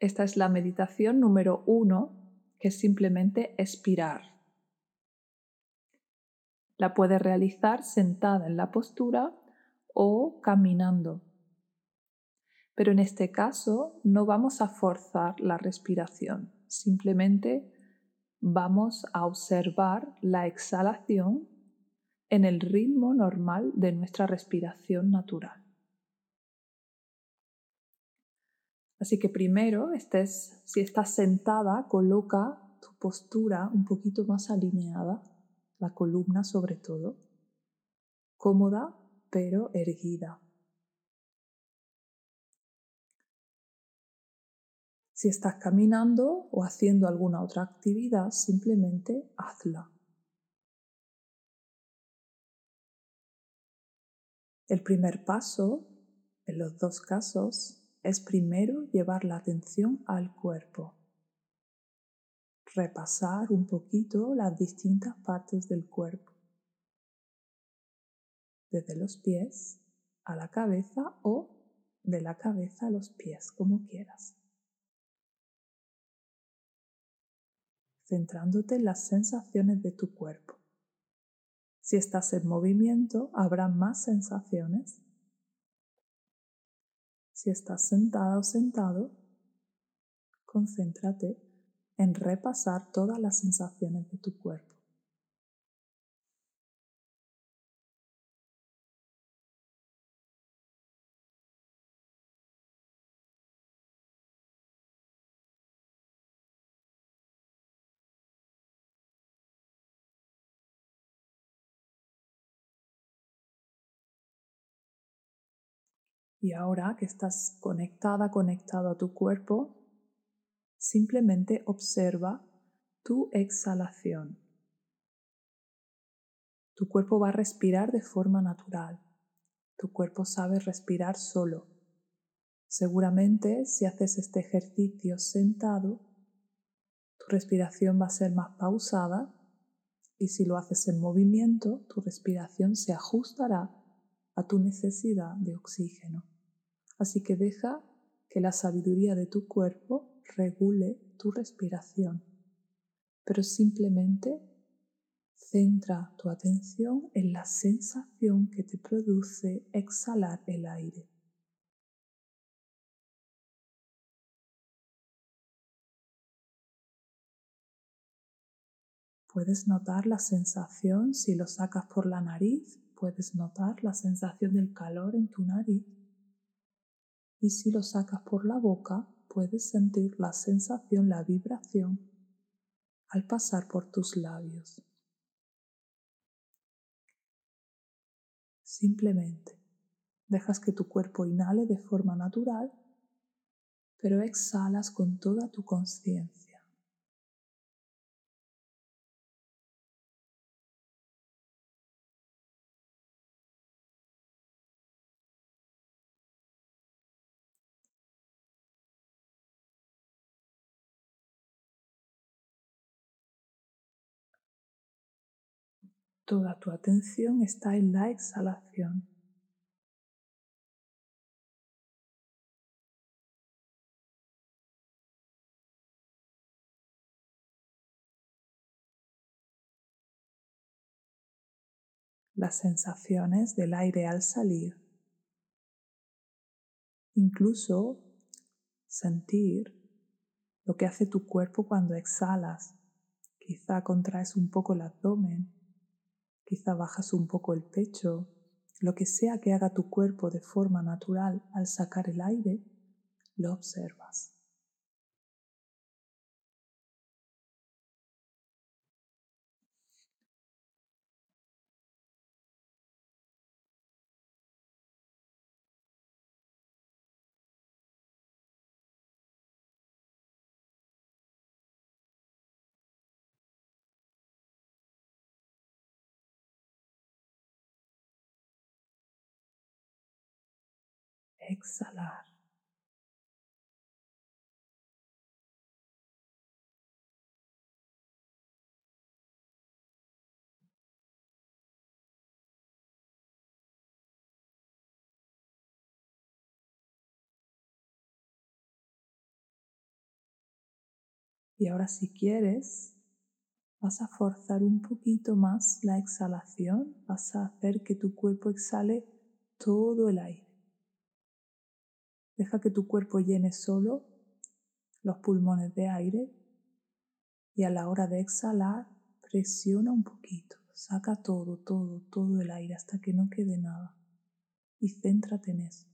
Esta es la meditación número 1, que es simplemente expirar. La puedes realizar sentada en la postura o caminando. Pero en este caso no vamos a forzar la respiración, simplemente vamos a observar la exhalación en el ritmo normal de nuestra respiración natural. Así que primero, si estás sentada, coloca tu postura un poquito más alineada, la columna sobre todo, cómoda pero erguida. Si estás caminando o haciendo alguna otra actividad, simplemente hazla. El primer paso, en los dos casos, es primero llevar la atención al cuerpo. Repasar un poquito las distintas partes del cuerpo, desde los pies a la cabeza o de la cabeza a los pies, como quieras. Centrándote en las sensaciones de tu cuerpo. Si estás en movimiento, habrá más sensaciones. Si estás sentada o sentado, concéntrate en repasar todas las sensaciones de tu cuerpo. Y ahora que estás conectado a tu cuerpo, simplemente observa tu exhalación. Tu cuerpo va a respirar de forma natural. Tu cuerpo sabe respirar solo. Seguramente si haces este ejercicio sentado, tu respiración va a ser más pausada y si lo haces en movimiento, tu respiración se ajustará a tu necesidad de oxígeno. Así que deja que la sabiduría de tu cuerpo regule tu respiración, pero simplemente centra tu atención en la sensación que te produce exhalar el aire. Puedes notar la sensación si lo sacas por la nariz, puedes notar la sensación del calor en tu nariz. Y si lo sacas por la boca, puedes sentir la sensación, la vibración al pasar por tus labios. Simplemente dejas que tu cuerpo inhale de forma natural, pero exhalas con toda tu conciencia. Toda tu atención está en la exhalación. Las sensaciones del aire al salir. Incluso sentir lo que hace tu cuerpo cuando exhalas. Quizá contraes un poco el abdomen, quizá bajas un poco el pecho. Lo que sea que haga tu cuerpo de forma natural al sacar el aire, lo observas. Exhalar. Y ahora si quieres, vas a forzar un poquito más la exhalación, vas a hacer que tu cuerpo exhale todo el aire. Deja que tu cuerpo llene solo los pulmones de aire y a la hora de exhalar, presiona un poquito, saca todo el aire hasta que no quede nada y céntrate en eso.